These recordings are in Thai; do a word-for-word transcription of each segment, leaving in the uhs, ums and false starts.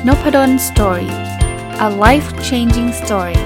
Noppadan Story. A life-changing story.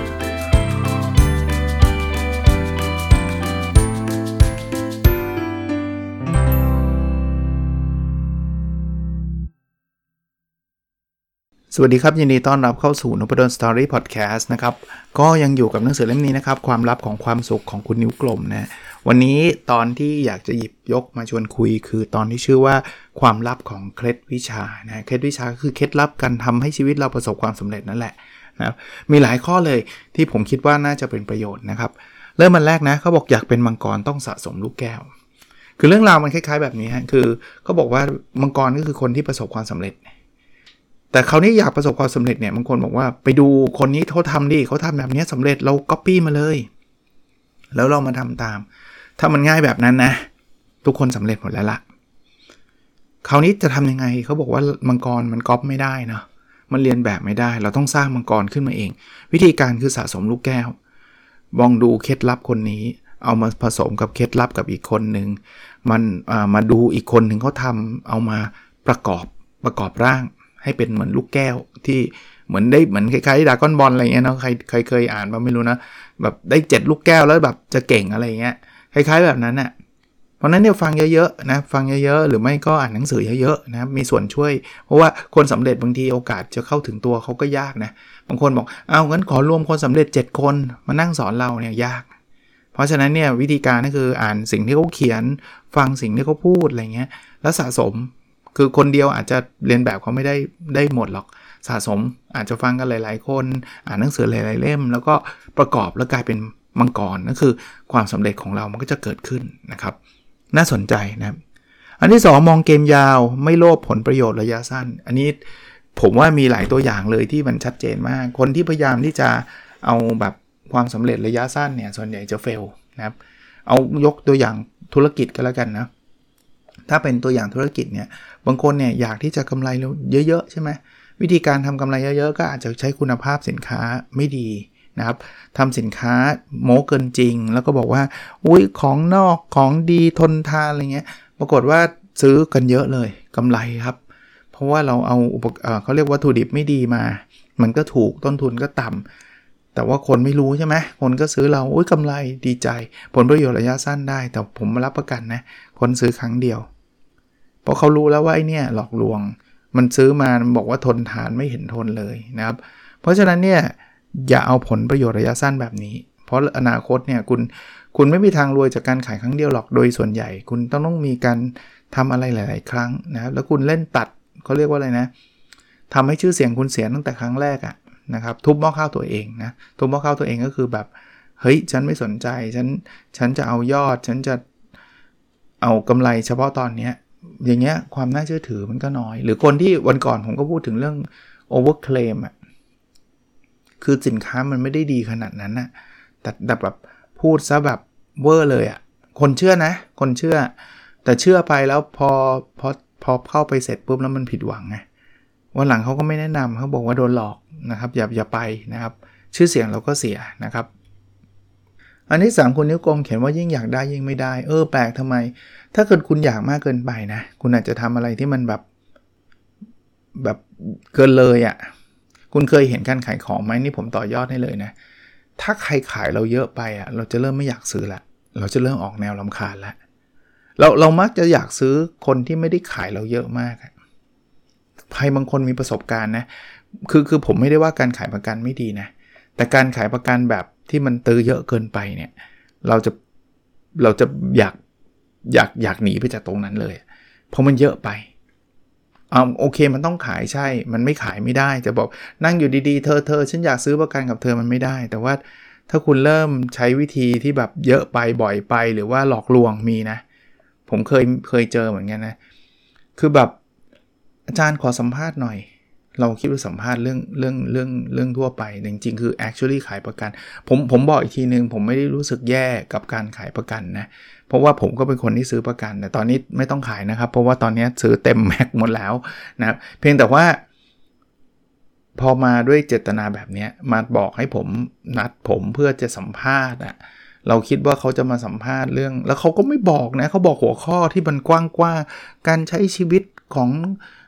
สวัสดีครับยินดีต้อนรับเข้าสู่ Noppadan Story Podcast นะครับก็ยังอยู่กับหนังสือเล่มนี้นะครับความลับของความสุขของคุณนิ้วกลมนะวันนี้ตอนที่อยากจะหยิบยกมาชวนคุยคือตอนที่ชื่อว่าความลับของเคล็ดวิชานะเคล็ดวิชาก็คือเคล็ดลับการทำให้ชีวิตเราประสบความสำเร็จนั่นแหละนะมีหลายข้อเลยที่ผมคิดว่าน่าจะเป็นประโยชน์นะครับเริ่มมันแรกนะเขาบอกอยากเป็นมังกรต้องสะสมลูกแก้วคือเรื่องราวมันคล้ายๆแบบนี้ฮะคือเขาบอกว่ามังกรก็คือคนที่ประสบความสำเร็จแต่เขานี่อยากประสบความสำเร็จเนี่ยบางคนบอกว่าไปดูคนนี้เขาทำดิเขาทำแบบนี้สำเร็จเราก๊อปปี้มาเลยแล้วเรามาทำตามถ้ามันง่ายแบบนั้นนะทุกคนสำเร็จหมดแล้วล่ะคราวนี้จะทำยังไงเขาบอกว่ามังกรมันก๊อปไม่ได้เนาะมันเรียนแบบไม่ได้เราต้องสร้างมังกรขึ้นมาเองวิธีการคือสะสมลูกแก้วมองดูเคล็ดลับคนนี้เอามาผสมกับเคล็ดลับกับอีกคนนึงมันมาดูอีกคนนึงเขาทำเอามาประกอบประกอบร่างให้เป็นเหมือนลูกแก้วที่เหมือนได้เหมือนคล้ายๆดราก้อนบอลอะไรเงี้ยเนาะใครใครเคยอ่านบ้างไม่รู้นะแบบได้เจ็ดลูกแก้วแล้วแบบจะเก่งอะไรเงี้ยคล้ายๆแบบนั้นน่ะเพราะนั้นเนี่ยฟังเยอะๆนะฟังเยอะๆหรือไม่ก็อ่านหนังสือเยอะๆนะมีส่วนช่วยเพราะว่าคนสำเร็จบางทีโอกาสจะเข้าถึงตัวเขาก็ยากนะบางคนบอกอ้าวงั้นขอรวมคนสำเร็จเจ็ดคนมานั่งสอนเราเนี่ยยากเพราะฉะนั้นเนี่ยวิธีการก็คืออ่านสิ่งที่เขาเขียนฟังสิ่งที่เขาพูดอะไรเงี้ยแล้วสะสมคือคนเดียวอาจจะเรียนแบบเขาไม่ได้ได้หมดหรอกสะสมอาจจะฟังกันหลายๆคนอ่านหนังสือหลายๆเล่มแล้วก็ประกอบแล้วกลายเป็นมังกรนั่นคือความสำเร็จของเรามันก็จะเกิดขึ้นนะครับน่าสนใจนะครับอันที่สองมองเกมยาวไม่โลภผลประโยชน์ระยะสั้นอันนี้ผมว่ามีหลายตัวอย่างเลยที่มันชัดเจนมากคนที่พยายามที่จะเอาแบบความสำเร็จระยะสั้นเนี่ยส่วนใหญ่จะเฟลนะครับเอายกตัวอย่างธุรกิจก็แล้วกันนะถ้าเป็นตัวอย่างธุรกิจเนี่ยบางคนเนี่ยอยากที่จะกำไรเยอะๆใช่ไหมวิธีการทำกำไรเยอะๆก็อาจจะใช้คุณภาพสินค้าไม่ดีนะครับทำสินค้าโม้เกินจริงแล้วก็บอกว่าอุ้ยของนอกของดีทนทานอะไรเงี้ยปรากฏว่าซื้อกันเยอะเลยกำไรครับเพราะว่าเราเอาอุปเอ่อเขาเรียกวัตถุดิบไม่ดีมามันก็ถูกต้นทุนก็ต่ำแต่ว่าคนไม่รู้ใช่ไหมคนก็ซื้อเราอุ้ยกำไรดีใจผลประโยชน์ระยะสั้นได้แต่ผมมารับประกันนะคนซื้อครั้งเดียวเพราะเขารู้แล้วว่าไอ้เนี่ยหลอกลวงมันซื้อมามันบอกว่าทนทานไม่เห็นทนเลยนะครับเพราะฉะนั้นเนี่ยอย่าเอาผลประโยชน์ระยะสั้นแบบนี้เพราะอนาคตเนี่ยคุณคุณไม่มีทางรวยจากการขายครั้งเดียวหรอกโดยส่วนใหญ่คุณต้องต้องมีการทำอะไรหลายๆครั้งนะครับแล้วคุณเล่นตัดเขาเรียกว่าอะไรนะทำให้ชื่อเสียงคุณเสียตั้งแต่ครั้งแรกอะนะครับทุบหม้อข้าวตัวเองนะทุบหม้อข้าวตัวเองก็คือแบบเฮ้ยฉันไม่สนใจฉันฉันจะเอายอดฉันจะเอากำไรเฉพาะตอนเนี้ยอย่างเงี้ยความน่าเชื่อถือมันก็น้อยหรือคนที่วันก่อนผมก็พูดถึงเรื่อง over claim อ่ะคือสินค้ามันไม่ได้ดีขนาดนั้นน่ะแต่แต่แบบพูดซะแบบเวอร์เลยอ่ะคนเชื่อนะคนเชื่อแต่เชื่อไปแล้วพอพอพอเข้าไปเสร็จปุ๊บแล้วมันผิดหวังไงวันหลังเขาก็ไม่แนะนำเขาบอกว่าโดนหลอกนะครับอย่าอย่าไปนะครับชื่อเสียงเราก็เสียนะครับอันที่สามคุณนิ้วกลมเขียนว่ายิ่งอยากได้ยิ่งไม่ได้เออแปลกทำไมถ้าเกิดคุณอยากมากเกินไปนะคุณอาจจะทำอะไรที่มันแบบแบบเกินเลยอ่ะคุณเคยเห็นการขายของไหมนี่ผมต่อยอดให้เลยนะถ้าใครขายเราเยอะไปอ่ะเราจะเริ่มไม่อยากซื้อละเราจะเริ่มออกแนวรำคาญละเราเรามักจะอยากซื้อคนที่ไม่ได้ขายเราเยอะมากใครบางคนมีประสบการณ์นะคือคือผมไม่ได้ว่าการขายประกันไม่ดีนะแต่การขายประกันแบบที่มันตื้อเยอะเกินไปเนี่ยเราจะเราจะอยากอยากอยากหนีไปจากตรงนั้นเลยเพราะมันเยอะไปอ่าโอเคมันต้องขายใช่มันไม่ขายไม่ได้จะบอกนั่งอยู่ดีๆเธอเธอฉันอยากซื้อประกันกับเธอมันไม่ได้แต่ว่าถ้าคุณเริ่มใช้วิธีที่แบบเยอะไปบ่อยไปหรือว่าหลอกลวงมีนะผมเคยเคยเจอเหมือนกันนะคือแบบอาจารย์ขอสัมภาษณ์หน่อยเราคิดว่าสัมภาษณ์เรื่องเรื่องเรื่องเรื่องทั่วไปจริงๆคือ actually ขายประกันผมผมบอกอีกทีนึงผมไม่ได้รู้สึกแย่กับการขายประกันนะเพราะว่าผมก็เป็นคนที่ซื้อประกันแต่ตอนนี้ไม่ต้องขายนะครับเพราะว่าตอนนี้ซื้อเต็มแม็กหมดแล้วนะเพียงแต่ว่าพอมาด้วยเจตนาแบบนี้มาบอกให้ผมนัดผมเพื่อจะสัมภาษณ์อ่ะเราคิดว่าเขาจะมาสัมภาษณ์เรื่องแล้วเขาก็ไม่บอกนะเขาบอกหัวข้อที่มันกว้างๆการใช้ชีวิตของ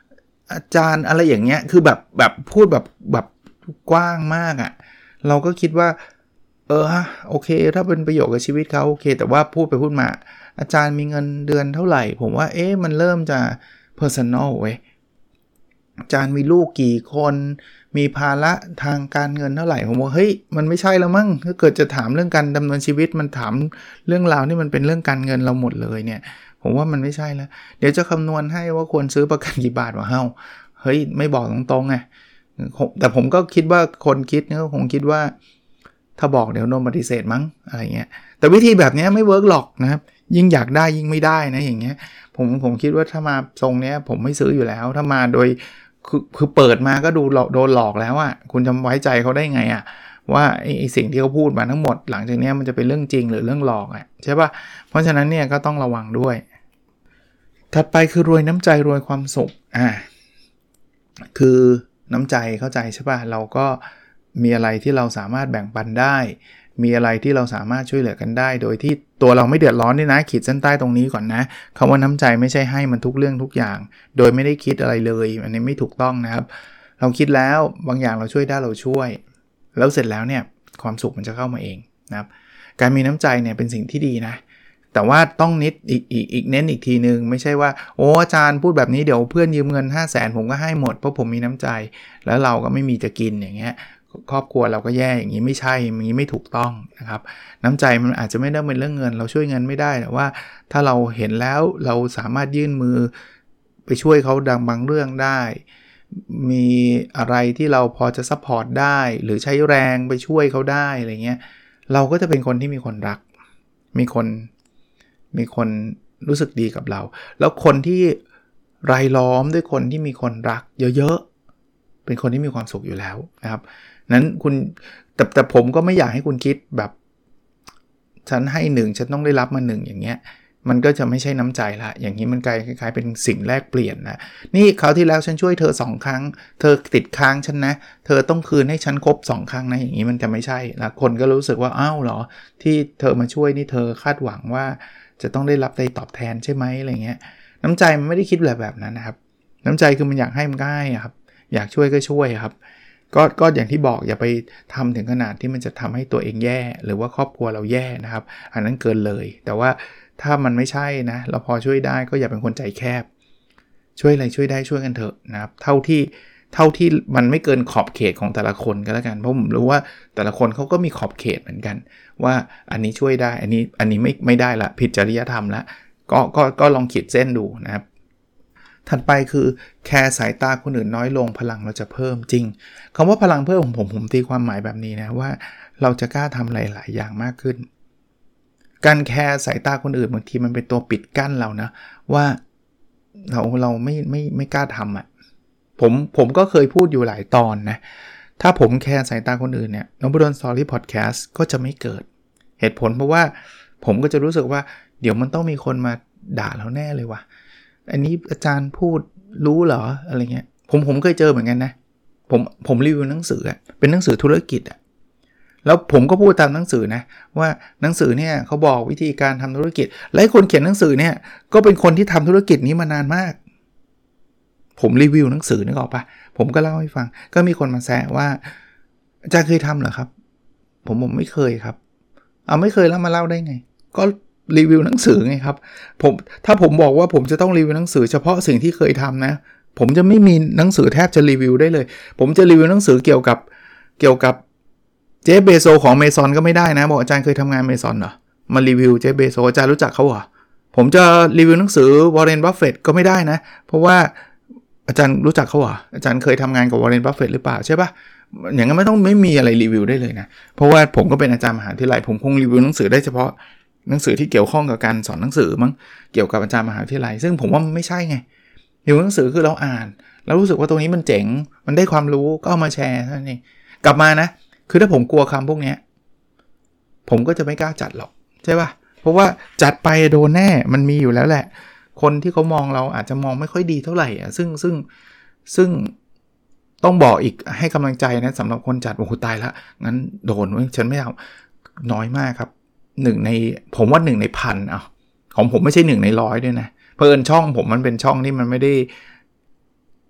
อาจารย์อะไรอย่างเงี้ยคือแบบแบบพูดแบบแบบกว้างมากอะ่ะเราก็คิดว่าเออโอเคถ้าเป็นประโยชน์กับชีวิตเขาโอเคแต่ว่าพูดไปพูดมาอาจารย์มีเงินเดือนเท่าไหร่ผมว่าเอ๊ะมันเริ่มจะ personal เว้ยอาจารย์มีลูกกี่คนมีภาระทางการเงินเท่าไหร่ผมว่าเฮ้ยมันไม่ใช่แล้วมั้งถ้าเกิดจะถามเรื่องการดำเนินชีวิตมันถามเรื่องราวนี่มันเป็นเรื่องการเงินเราหมดเลยเนี่ยผมว่ามันไม่ใช่แล้วเดี๋ยวจะคำนวณให้ว่าควรซื้อประกันกี่บาทวะเฮ้าเฮ้ยไม่บอกตรงๆไงแต่ผมก็คิดว่าคนคิดเนี่ยก็คงคิดว่าถ้าบอกเดี๋ยวโดนปฏิเสธมั้งอะไรเงี้ยแต่วิธีแบบนี้ไม่เวิร์กหรอกนะครับยิ่งอยากได้ยิ่งไม่ได้นะอย่างเงี้ยผมผมคิดว่าถ้ามาทรงเนี้ยผมไม่ซื้ออยู่แล้วถ้ามาโดยคือคือเปิดมาก็ดูโดนหลอกแล้วอ่ะคุณจะไว้ใจเขาได้ไงอ่ะว่าไอ้ไอ้สิ่งที่เขาพูดมาทั้งหมดหลังจากนี้มันจะเป็นเรื่องจริงหรือเรื่องหลอกอ่ะใช่ป่ะเพราะฉะนั้นเนี่ยก็ต้องระวังด้วยถัดไปคือรวยน้ำใจรวยความสุขอ่าคือน้ำใจเข้าใจใช่ป่ะเราก็มีอะไรที่เราสามารถแบ่งปันได้มีอะไรที่เราสามารถช่วยเหลือกันได้โดยที่ตัวเราไม่เดือดร้อนด้วยนะขีดเส้นใต้ตรงนี้ก่อนนะคำว่าน้ำใจไม่ใช่ให้มันทุกเรื่องทุกอย่างโดยไม่ได้คิดอะไรเลยอันนี้ไม่ถูกต้องนะครับเราคิดแล้วบางอย่างเราช่วยได้เราช่วยแล้วเสร็จแล้วเนี่ยความสุขมันจะเข้ามาเองนะครับการมีน้ำใจเนี่ยเป็นสิ่งที่ดีนะแต่ว่าต้องนิดอีกอีกอีกเน้นอีกทีนึงไม่ใช่ว่าโอ้อาจารย์พูดแบบนี้เดี๋ยวเพื่อนยืมเงิน ห้าแสน ผมก็ให้หมดเพราะผมมีน้ำใจแล้วเราก็ไม่มีจะกินอย่างเงี้ยครอบครัวเราก็แย่อย่างนี้ไม่ใช่อย่างนี้ไม่ถูกต้องนะครับน้ำใจมันอาจจะไม่ได้เป็นเรื่องเงินเราช่วยเงินไม่ได้แต่ว่าถ้าเราเห็นแล้วเราสามารถยื่นมือไปช่วยเขาดังบางเรื่องได้มีอะไรที่เราพอจะซัพพอร์ตได้หรือใช้แรงไปช่วยเขาได้อะไรเงี้ยเราก็จะเป็นคนที่มีคนรักมีคนมีคนรู้สึกดีกับเราแล้วคนที่รายล้อมด้วยคนที่มีคนรักเยอะๆเป็นคนที่มีความสุขอยู่แล้วนะครับนั้นคุณแต่แต่ผมก็ไม่อยากให้คุณคิดแบบฉันให้หนึ่งฉันต้องได้รับมาหนึ่งอย่างเงี้ยมันก็จะไม่ใช่น้ำใจละอย่างนี้มันกลายคล้ายๆเป็นสิ่งแลกเปลี่ยนนะนี่คราวที่แล้วฉันช่วยเธอสองครั้งเธอติดค้างฉันนะเธอต้องคืนให้ฉันครบสองครั้งนะอย่างนี้มันจะไม่ใช่ละคนก็รู้สึกว่าอ้าวเหรอที่เธอมาช่วยนี่เธอคาดหวังว่าจะต้องได้รับได้ตอบแทนใช่ไหมอะไรเงี้ยน้ำใจมันไม่ได้คิดแบบแบบนั้นนะครับน้ำใจคือมันอยากให้มันง่ายครับอยากช่วยก็ช่วยครับก็ก็อย่างที่บอกอย่าไปทำถึงขนาดที่มันจะทำให้ตัวเองแย่หรือว่าครอบครัวเราแย่นะครับอันนั้นเกินเลยแต่ว่าถ้ามันไม่ใช่นะเราพอช่วยได้ก็อย่าเป็นคนใจแคบช่วยอะไรช่วยได้ช่วยกันเถอะนะครับเท่าที่เท่าที่มันไม่เกินขอบเขตของแต่ละคนก็แล้วกันเพราะผมรู้ว่าแต่ละคนเขาก็มีขอบเขตเหมือนกันว่าอันนี้ช่วยได้อันนี้อันนี้ไม่ไม่ได้ละผิดจริยธรรมละก็ก็ก็ลองขีดเส้นดูนะครับถัดไปคือแคร์สายตาคนอื่นน้อยลงพลังเราจะเพิ่มจริงคำว่าพลังเพิ่มของผมผมตีความหมายแบบนี้นะว่าเราจะกล้าทำหลายๆอย่างมากขึ้นการแคร์สายตาคนอื่นบางทีมันเป็นตัวปิดกั้นเรานะว่าเราเราไม่ไม่ไม่กล้าทำอ่ะผมผมก็เคยพูดอยู่หลายตอนนะถ้าผมแคร์สายตาคนอื่นเนี่ยนพดล Story Podcast ก็จะไม่เกิดเหตุผลเพราะว่าผมก็จะรู้สึกว่าเดี๋ยวมันต้องมีคนมาด่าเราแน่เลยว่ะอันนี้อาจารย์พูดรู้เหรออะไรเงี้ยผมผมเคยเจอเหมือนกันนะผมผมรีวิวหนังสืออ่ะเป็นหนังสือธุรกิจอ่ะแล้วผมก็พูดตามหนังสือนะว่าหนังสือเนี่ยเขาบอกวิธีการทำธุรกิจและคนเขียนหนังสือเนี่ยก็เป็นคนที่ทำธุรกิจนี้มานานมากผมรีวิวหนังสือนึกออกปะผมก็เล่าให้ฟังก็มีคนมาแซะว่าอาจารย์เคยทำเหรอครับผมผมไม่เคยครับเอาไม่เคยแล้วมาเล่าได้ไงก็รีวิวหนังสือไงครับผมถ้าผมบอกว่าผมจะต้องรีวิวหนังสือเฉพาะสิ่งที่เคยทำนะผมจะไม่มีหนังสือแทบจะรีวิวได้เลยผมจะรีวิวหนังสือเกี่ยวกับเกี่ยวกับเจฟเบโซของเมซอนก็ไม่ได้นะบอกอาจารย์เคยทำงานเมซอนเหรอมารีวิวเจฟเบโซอาจารย์รู้จักเขาเหรอผมจะรีวิวหนังสือวอร์เรนบัฟเฟตต์ก็ไม่ได้นะเพราะว่าอาจารย์รู้จักเขาเหรออาจารย์เคยทำงานกับวอร์เรนบัฟเฟตต์หรือเปล่าใช่ปะอย่างนั้นไม่ต้องไม่มีอะไรรีวิวได้เลยนะเพราะว่าผมก็เป็นอาจารย์มหาวิทยาลัยผมคงรีวิวหนังสือได้เฉพาะหนังสือที่เกี่ยวข้องกับการสอนหนังสือมั้งเกี่ยวกับอาจารย์มหาวิทยาลัยซึ่งผมว่ามันไม่ใช่ไงรีวิวหนังสือคือเราอ่านแล้วรู้สึกว่าตรงนี้มันเจ๋งมันได้ความรู้ก็เอามาแชร์นั่นเองกลับมานะคือถ้าผมกลัวคำพวกนี้ผมก็จะไม่กล้าจัดหรอกใช่ป่ะเพราะว่าจัดไปโดนแน่มันมีอยู่แล้วแหละคนที่เขามองเราอาจจะมองไม่ค่อยดีเท่าไหร่อ่ะซึ่งซึ่งซึ่งต้องบอกอีกให้กำลังใจนะสำหรับคนจัดโอ้โหตายละงั้นโดนเว้ยฉันไม่เอาน้อยมากครับหนึ่งในผมว่าหนึ่งในพันอ่ะของผมไม่ใช่หนึ่งในร้อยด้วยนะเพิ่นช่องผมมันเป็นช่องที่มันไม่ได้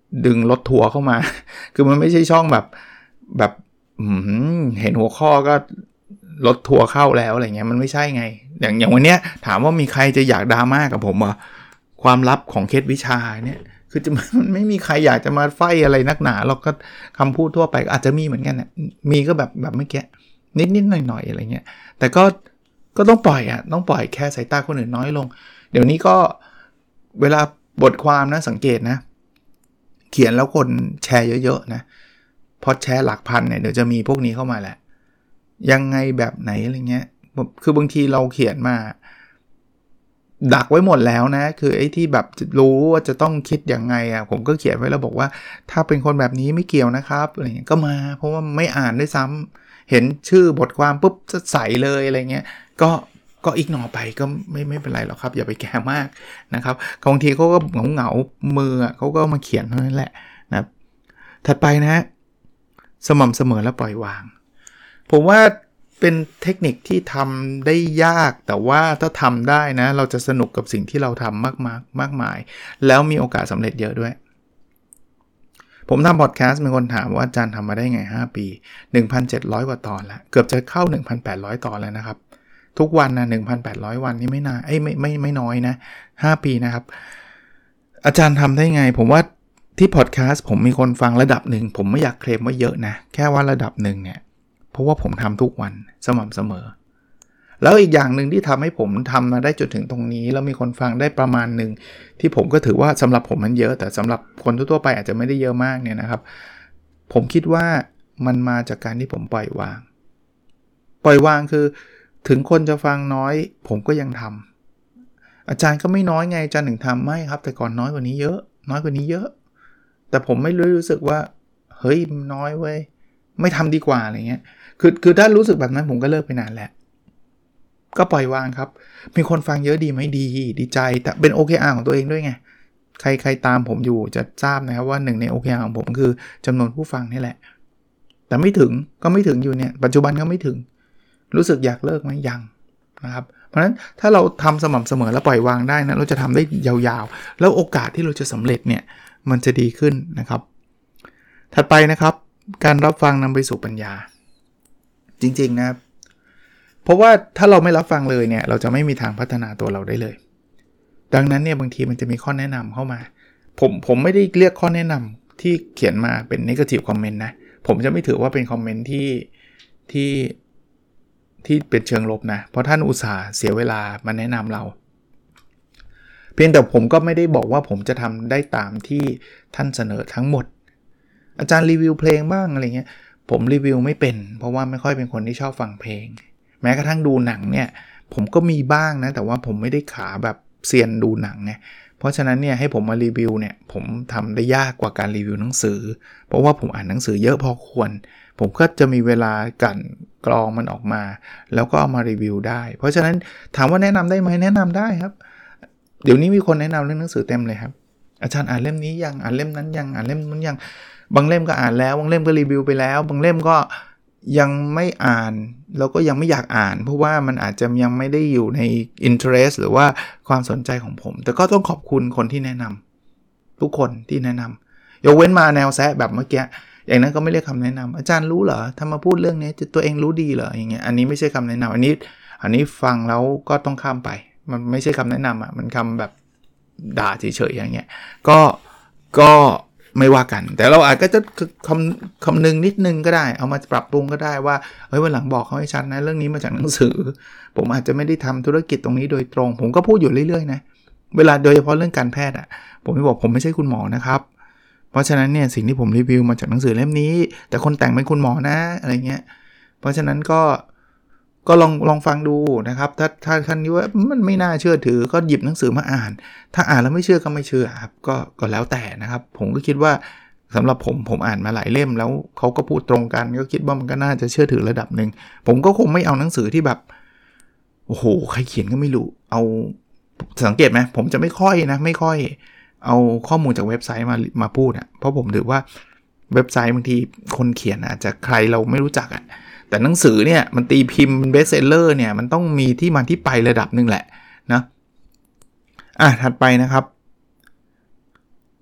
ดึงรถทัวร์เข้ามาคือมันไม่ใช่ช่องแบบแบบเห็นหัวข้อก็รถทัวร์เข้าแล้วอะไรเงี้ยมันไม่ใช่ไงอย่างอย่างวันเนี้ยถามว่ามีใครจะอยากดราม่ากับผมเหรอความลับของเคสวิชาเนี่ยคือจะมันไม่มีใครอยากจะมาไฟอะไรนักหนาเราก็คำพูดทั่วไปอาจจะมีเหมือนกันเนี่ยมีก็แบบแบบเมื่อกี้นิดๆหน่อยๆอะไรเงี้ยแต่ก็ก็ต้องปล่อยอ่ะต้องปล่อยแค่สายตาคนอื่นน้อยลงเดี๋ยวนี้ก็เวลาบทความนะสังเกตนะเขียนแล้วคนแชร์เยอะๆนะพอแชร์หลักพันเนี่ยเดี๋ยวจะมีพวกนี้เข้ามาแหละยังไงแบบไหนอะไรเงี้ยคือบางทีเราเขียนมาดักไว้หมดแล้วนะคือไอ้ที่แบบรู้ว่าจะต้องคิดยังไงอ่ะผมก็เขียนไว้แล้วบอกว่าถ้าเป็นคนแบบนี้ไม่เกี่ยวนะครับอะไรเงี้ยก็มาเพราะว่าไม่อ่านด้วยซ้ำเห็นชื่อบทความปุ๊บจะใส่เลยอะไรเงี้ยก็ก็อีกหนอไปก็ไม่ไม่เป็นไรหรอกครับอย่าไปแคร์มากนะครับบางทีเขาก็เหงาเหงามือเขาก็มาเขียนเท่านั้นแหละนะถัดไปนะสม่ำเสมอและปล่อยวางผมว่าเป็นเทคนิคที่ทำได้ยากแต่ว่าถ้าทำได้นะเราจะสนุกกับสิ่งที่เราทำมากมากมากมายแล้วมีโอกาสสำเร็จเยอะด้วยผมทำพอดแคสต์มีคนถามว่าอาจารย์ทำมาได้ไงห้าปี หนึ่งพันเจ็ดร้อย กว่าตอนแล้วเกือบจะเข้า หนึ่งพันแปดร้อย ตอนแล้วนะครับทุกวันนะ หนึ่งพันแปดร้อย วันนี่ไม่นานเอ้ยไม่ไม่ไม่น้อยนะห้าปีนะครับอาจารย์ทำได้ไงผมว่าที่พอดแคสต์ผมมีคนฟังระดับหนึ่งผมไม่อยากเคลมว่าเยอะนะแค่ว่าระดับหนึ่งเนี่ยเพราะว่าผมทำทุกวันสม่ำเสมอแล้วอีกอย่างหนึ่งที่ทำให้ผมทำมาได้จนถึงตรงนี้แล้วมีคนฟังได้ประมาณหนึ่งที่ผมก็ถือว่าสำหรับผมมันเยอะแต่สำหรับคนทั่วไปอาจจะไม่ได้เยอะมากเนี่ยนะครับผมคิดว่ามันมาจากการที่ผมปล่อยวางปล่อยวางคือถึงคนจะฟังน้อยผมก็ยังทำอาจารย์ก็ไม่น้อยไงอาจารย์ถึงทำไม่ครับแต่ก่อนน้อยกว่านี้เยอะน้อยกว่านี้เยอะแต่ผมไม่รู้สึกว่าเฮ้ยน้อยเว้ยไม่ทำดีกว่าอะไรเงี้ยคือคือถ้ารู้สึกแบบนั้นผมก็เลิกไปนานแล้วก็ปล่อยวางครับมีคนฟังเยอะดีไหมดีดีใจแต่เป็น โอ เค อาร์ ของตัวเองด้วยไงใครใครตามผมอยู่จะทราบนะครับว่าหนึ่งใน โอ เค อาร์ ของผมคือจำนวนผู้ฟังนี่แหละแต่ไม่ถึงก็ไม่ถึงอยู่เนี่ยปัจจุบันก็ไม่ถึงรู้สึกอยากเลิกไหมยังนะครับเพราะฉะนั้นถ้าเราทำสม่ำเสมอแล้วปล่อยวางได้นะเราจะทำได้ยาวๆแล้วโอกาสที่เราจะสำเร็จเนี่ยมันจะดีขึ้นนะครับถัดไปนะครับการรับฟังนำไปสู่ปัญญาจริงๆนะเพราะว่าถ้าเราไม่รับฟังเลยเนี่ยเราจะไม่มีทางพัฒนาตัวเราได้เลยดังนั้นเนี่ยบางทีมันจะมีข้อแนะนำเข้ามาผมผมไม่ได้เรียกข้อแนะนำที่เขียนมาเป็น negative comment นะผมจะไม่ถือว่าเป็นคอมเมนต์ที่ที่ที่เป็นเชิงลบนะเพราะท่านอุตส่าห์เสียเวลามาแนะนำเราเพียงแต่ผมก็ไม่ได้บอกว่าผมจะทำได้ตามที่ท่านเสนอทั้งหมดอาจารย์รีวิวเพลงบ้างอะไรเงี้ยผมรีวิวไม่เป็นเพราะว่าไม่ค่อยเป็นคนที่ชอบฟังเพลงแม้กระทั่งดูหนังเนี่ยผมก็มีบ้างนะแต่ว่าผมไม่ได้ขาแบบเซียนดูหนังไงเพราะฉะนั้นเนี่ยให้ผมมารีวิวเนี่ยผมทำได้ยากกว่าการรีวิวหนังสือเพราะว่าผมอ่านหนังสือเยอะพอควรผมก็จะมีเวลากันกรองมันออกมาแล้วก็เอามารีวิวได้เพราะฉะนั้นถามว่าแนะนำได้ไหมแนะนำได้ครับเดี๋ยวนี้มีคนแนะนำเรื่องหนังสือเต็มเลยครับอาจารย์อ่านเล่มนี้ยังอ่านเล่มนั้นยังอ่านเล่มนั้นยังบางเล่มก็อ่านแล้วบางเล่มก็รีวิวไปแล้วบางเล่มก็ยังไม่อ่านแล้วก็ยังไม่อยากอ่านเพราะว่ามันอาจจะยังไม่ได้อยู่ใน interest หรือว่าความสนใจของผมแต่ก็ต้องขอบคุณคนที่แนะนำทุกคนที่แนะนำยกเว้นมาแนวแซะแบบเมื่อกี้อย่างนั้นก็ไม่เรียกคำแนะนำอาจารย์รู้เหรอทำมาพูดเรื่องนี้ตัวเองรู้ดีเหรออย่างเงี้ยอันนี้ไม่ใช่คำแนะนำอันนี้อันนี้ฟังแล้วก็ต้องข้ามไปมันไม่ใช่คำแนะนำอ่ะมันคำแบบด่าเฉยๆอย่างเงี้ยก็ก็ไม่ว่ากันแต่เราอาจจะคำคำนึงนิดนึงก็ได้เอามาปรับปรุงก็ได้ว่าเฮ้ยวันหลังบอกเขาให้ชัดนะเรื่องนี้มาจากหนังสือผมอาจจะไม่ได้ทำธุรกิจตรงนี้โดยตรงผมก็พูดอยู่เรื่อยๆนะเวลาโดยเฉพาะเรื่องการแพทย์อ่ะผมไม่บอกผมไม่ใช่คุณหมอนะครับเพราะฉะนั้นเนี่ยสิ่งที่ผมรีวิวมาจากหนังสือเล่มนี้แต่คนแต่งเป็นคุณหมอนะอะไรเงี้ยเพราะฉะนั้นก็ก็ลองลองฟังดูนะครับถ้าถ้าท่านคิดว่ามันไม่น่าเชื่อถือก็หยิบหนังสือมาอ่านถ้าอ่านแล้วไม่เชื่อก็ไม่เชื่อครับก็ก็แล้วแต่นะครับผมก็คิดว่าสำหรับผมผมอ่านมาหลายเล่มแล้วเขาก็พูดตรงกันก็คิดว่ามันก็น่าจะเชื่อถือระดับนึงผมก็คงไม่เอาหนังสือที่แบบโอ้โหใครเขียนก็ไม่รู้เอาสังเกตไหมผมจะไม่ค่อยนะไม่ค่อยเอาข้อมูลจากเว็บไซต์มามาพูดอ่ะเพราะผมถือว่าเว็บไซต์บางทีคนเขียนอาจจะใครเราไม่รู้จักอ่ะแต่หนังสือเนี่ยมันตีพิมพ์เป็นเบสเซลเลอร์เนี่ยมันต้องมีที่มาที่ไประดับนึงแหละนะอ่ะถัดไปนะครับ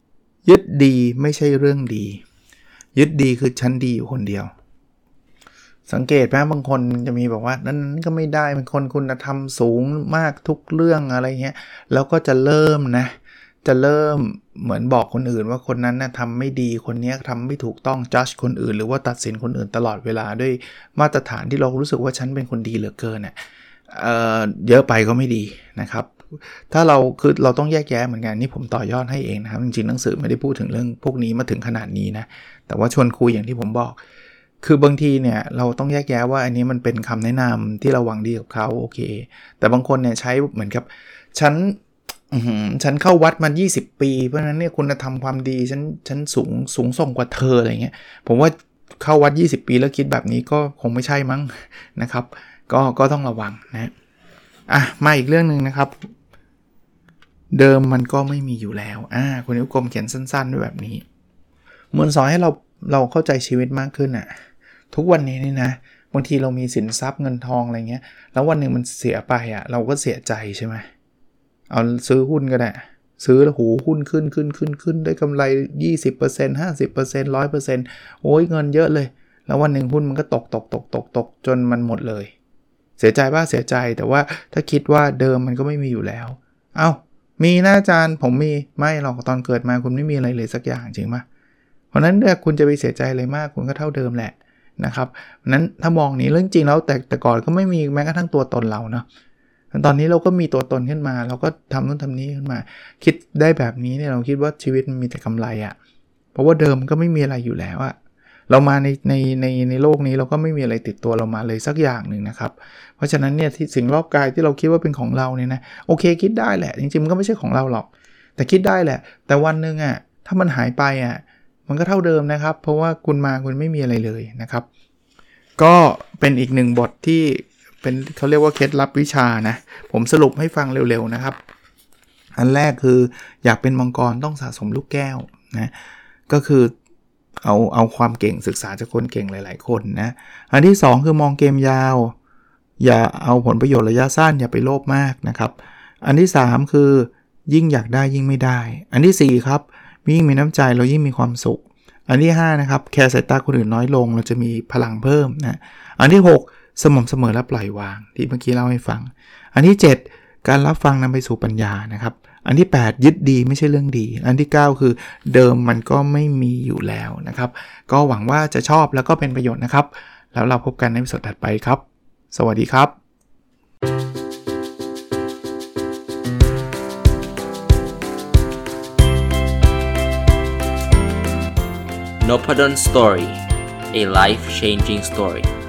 ยึดดีไม่ใช่เรื่องดียึดดีคือฉันดีอยู่คนเดียวสังเกตไหมบางคนจะมีบอกว่านั้นก็ไม่ได้เป็นคนคุณธรรมสูงมากทุกเรื่องอะไรเงี้ยแล้วก็จะเริ่มนะจะเริ่มเหมือนบอกคนอื่นว่าคนนั้นนะทำไม่ดีคนนี้ทำไม่ถูกต้อง judge คนอื่นหรือว่าตัดสินคนอื่นตลอดเวลาด้วยมาตรฐานที่เรารู้สึกว่าฉันเป็นคนดีเหลือเกินเนี่ยเอ่อเยอะไปก็ไม่ดีนะครับถ้าเราคือเราต้องแยกแยะเหมือนกันนี่ผมต่อยอดให้เองนะครับจริงๆหนังสือไม่ได้พูดถึงเรื่องพวกนี้มาถึงขนาดนี้นะแต่ว่าชวนคุยอย่างที่ผมบอกคือบางทีเนี่ยเราต้องแยกแยะว่าอันนี้มันเป็นคำแนะนำที่เราหวังดีกับเขาโอเคแต่บางคนเนี่ยใช้เหมือนกับฉันฉันเข้าวัดมายี่สิบปีเพราะฉะนั้นเนี่ยคุณธรรมความดีฉันฉันสูงสูงส่งกว่าเธออะไรเงี้ยผมว่าเข้าวัดยี่สิบปีแล้วคิดแบบนี้ก็คงไม่ใช่มั้งนะครับก็ก็ต้องระวังนะอ่ะมาอีกเรื่องนึงนะครับเดิมมันก็ไม่มีอยู่แล้วอ่าคุณนิ้วกลมเขียนสั้นๆด้วยแบบนี้เหมือนสอนให้เราเราเข้าใจชีวิตมากขึ้นอ่ะทุกวันนี้นี่นะบางทีเรามีสินทรัพย์เงินทองอะไรเงี้ยแล้ววันนึงมันเสียไปอ่ะเราก็เสียใจใช่ไหมเอาซื้อหุ้นก็ได้ซื้อแล้วหูหุ้นขึ้นขึ้นขึ้นขึ้นได้กำไร ยี่สิบเปอร์เซ็นต์ ห้าสิบเปอร์เซ็นต์ หนึ่งร้อยเปอร์เซ็นต์ โอ้ยเงินเยอะเลยแล้ววันนึงหุ้นมันก็ตกตกตกตกตกจนมันหมดเลยเสียใจป่ะเสียใจแต่ว่าถ้าคิดว่าเดิมมันก็ไม่มีอยู่แล้วเอ้ามีนะอาจารย์ผมมีไม่หรอกตอนเกิดมาคุณไม่มีอะไรเลยสักอย่างจริงป่ะเพราะนั้นเนี่ยคุณจะไปเสียใจอะไรมากคุณก็เท่าเดิมแหละนะครับนั้นถ้ามองนี้เรื่องจริงแล้วแต่แต่ก่อนก็ไม่มีแม้กระทั่งตัวตนเราเนาะตอนนี้เราก็มีตัวตนขึ้นมาเราก็ทำนู่นทำนี้ขึ้นมาคิดได้แบบนี้เนี่ยเราคิดว่าชีวิตมันมีแต่กำไรอะเพราะว่าเดิมก็ไม่มีอะไรอยู่แล้วอะเรามาในในในในโลกนี้เราก็ไม่มีอะไรติดตัวเรามาเลยสักอย่างหนึ่งนะครับเพราะฉะนั้นเนี่ยที่สิ่งรอบกายที่เราคิดว่าเป็นของเราเนี่ยนะโอเคคิดได้แหละจริงๆมันก็ไม่ใช่ของเราหรอกแต่คิดได้แหละแต่วันนึงอ่ะถ้ามันหายไปอ่ะมันก็เท่าเดิมนะครับเพราะว่าคุณมาคุณไม่มีอะไรเลยนะครับก็เป็นอีกหนึ่งบทที่เป็นเขาเรียกว่าเคล็ดลับวิชานะผมสรุปให้ฟังเร็วๆนะครับอันแรกคืออยากเป็นมังกรต้องสะสมลูกแก้วนะก็คือเอาเอาความเก่งศึกษาจากคนเก่งหลายๆคนนะอันที่สองคือมองเกมยาวอย่าเอาผลประโยชน์ระยะสั้นอย่าไปโลภมากนะครับอันที่สามคือยิ่งอยากได้ยิ่งไม่ได้อันที่สี่ครับยิ่งมีน้ำใจเรายิ่งมีความสุขอันที่ห้านะครับแคร์สายตาคนอื่นน้อยลงเราจะมีพลังเพิ่มนะอันที่หกสม่ำเสมอและปล่อยวางที่เมื่อกี้เล่าให้ฟังอันที่เจ็ดการรับฟังนำไปสู่ปัญญานะครับอันที่แปดยึดดีไม่ใช่เรื่องดีอันที่เก้าคือเดิมมันก็ไม่มีอยู่แล้วนะครับก็หวังว่าจะชอบแล้วก็เป็นประโยชน์นะครับแล้วเราพบกันในวิดีโอถัดไปครับสวัสดีครับ Nopadon Story, a life-changing story.